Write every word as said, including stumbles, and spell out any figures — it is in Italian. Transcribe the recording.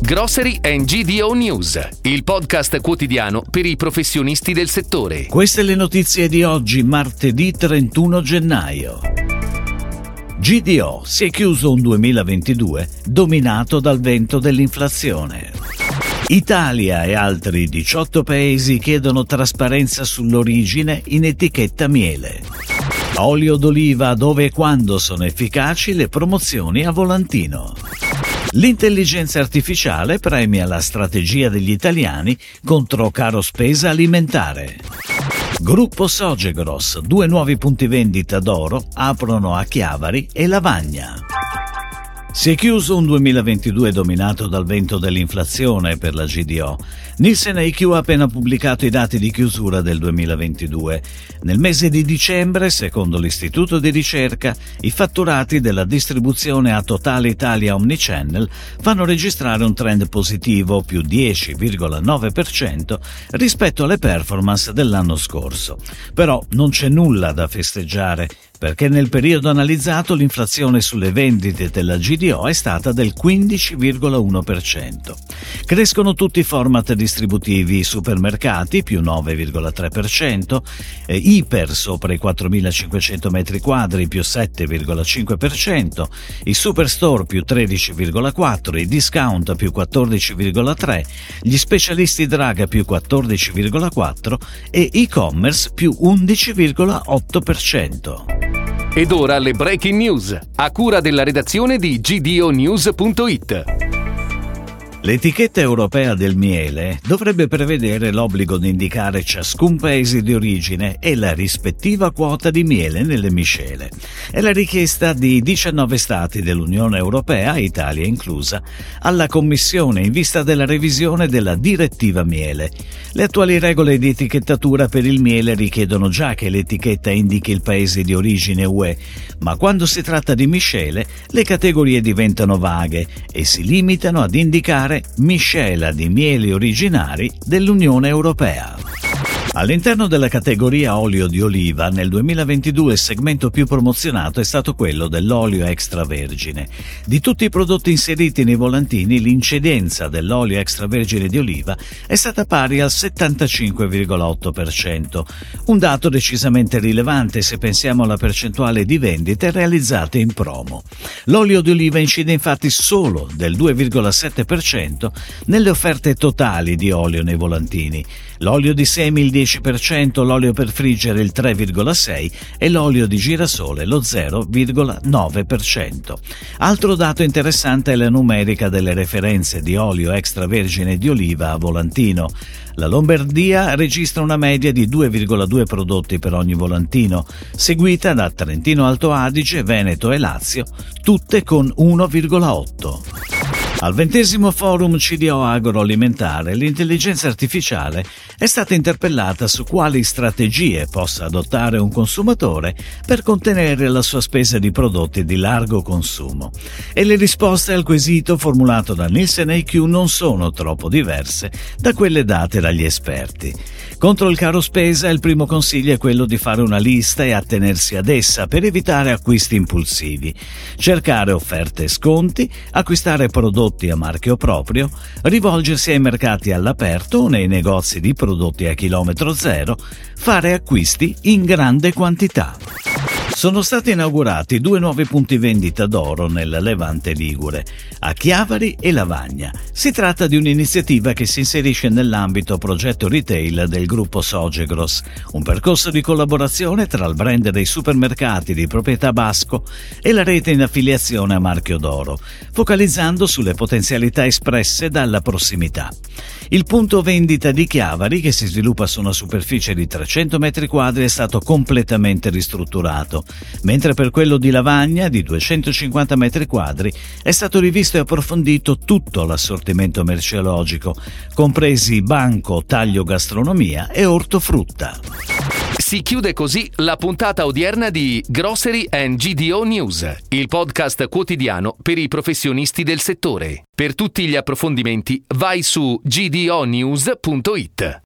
Grocery and G D O News, il podcast quotidiano per i professionisti del settore. Queste le notizie di oggi, martedì trentuno gennaio. G D O si è chiuso un duemilaventidue dominato dal vento dell'inflazione. Italia e altri diciotto paesi chiedono trasparenza sull'origine in etichetta miele. Olio d'oliva dove e quando sono efficaci le promozioni a volantino. L'intelligenza artificiale premia la strategia degli italiani contro caro spesa alimentare. Gruppo Sogegros, due nuovi punti vendita d'oro aprono a Chiavari e Lavagna. Si è chiuso un duemilaventidue dominato dal vento dell'inflazione per la G D O. Nielsen I Q ha appena pubblicato i dati di chiusura del duemilaventidue. Nel mese di dicembre, secondo l'istituto di ricerca, i fatturati della distribuzione a Totale Italia Omnichannel fanno registrare un trend positivo, più dieci virgola nove per cento, rispetto alle performance dell'anno scorso. Però non c'è nulla da festeggiare, perché nel periodo analizzato l'inflazione sulle vendite della G D O è stata del quindici virgola uno per cento. Crescono tutti i format distributivi, supermercati più nove virgola tre per cento, eh, iper sopra i quattromilacinquecento metri quadri più sette virgola cinque per cento, i superstore più tredici virgola quattro per cento, i discount più quattordici virgola tre per cento, gli specialisti drag più quattordici virgola quattro per cento e e-commerce più undici virgola otto per cento. Ed ora le breaking news, a cura della redazione di G D O news punto it. L'etichetta europea del miele dovrebbe prevedere l'obbligo di indicare ciascun paese di origine e la rispettiva quota di miele nelle miscele. È la richiesta di diciannove stati dell'Unione Europea, Italia inclusa, alla Commissione in vista della revisione della direttiva miele. Le attuali regole di etichettatura per il miele richiedono già che l'etichetta indichi il paese di origine U E, ma quando si tratta di miscele le categorie diventano vaghe e si limitano ad indicare miscela di mieli originari dell'Unione Europea. All'interno della categoria olio di oliva, nel duemilaventidue il segmento più promozionato è stato quello dell'olio extravergine. Di tutti i prodotti inseriti nei volantini, l'incidenza dell'olio extravergine di oliva è stata pari al settantacinque virgola otto per cento, un dato decisamente rilevante se pensiamo alla percentuale di vendite realizzate in promo. L'olio di oliva incide infatti solo del due virgola sette per cento nelle offerte totali di olio nei volantini. L'olio di semi il dieci per cento, l'olio per friggere il tre virgola sei per cento e l'olio di girasole lo zero virgola nove per cento. Altro dato interessante è la numerica delle referenze di olio extravergine di oliva a volantino. La Lombardia registra una media di due virgola due prodotti per ogni volantino, seguita da Trentino Alto Adige, Veneto e Lazio, tutte con uno virgola otto. Al ventesimo forum C D O agroalimentare, l'intelligenza artificiale è stata interpellata su quali strategie possa adottare un consumatore per contenere la sua spesa di prodotti di largo consumo. E le risposte al quesito formulato da Nielsen I Q non sono troppo diverse da quelle date dagli esperti. Contro il caro spesa, il primo consiglio è quello di fare una lista e attenersi ad essa per evitare acquisti impulsivi. Cercare offerte e sconti, acquistare prodotti a marchio proprio, rivolgersi ai mercati all'aperto o nei negozi di prodotti a chilometro zero, fare acquisti in grande quantità. Sono stati inaugurati due nuovi punti vendita d'oro nel Levante Ligure, a Chiavari e Lavagna. Si tratta di un'iniziativa che si inserisce nell'ambito progetto retail del gruppo Sogegros, un percorso di collaborazione tra il brand dei supermercati di proprietà Basco e la rete in affiliazione a marchio d'oro, focalizzando sulle potenzialità espresse dalla prossimità. Il punto vendita di Chiavari, che si sviluppa su una superficie di trecento metri quadri, è stato completamente ristrutturato, mentre per quello di Lavagna, di duecentocinquanta metri quadri, è stato rivisto e approfondito tutto l'assortimento merceologico, compresi banco, taglio gastronomia e ortofrutta. Si chiude così la puntata odierna di Grocery and G D O News, il podcast quotidiano per i professionisti del settore. Per tutti gli approfondimenti vai su G D O news punto it.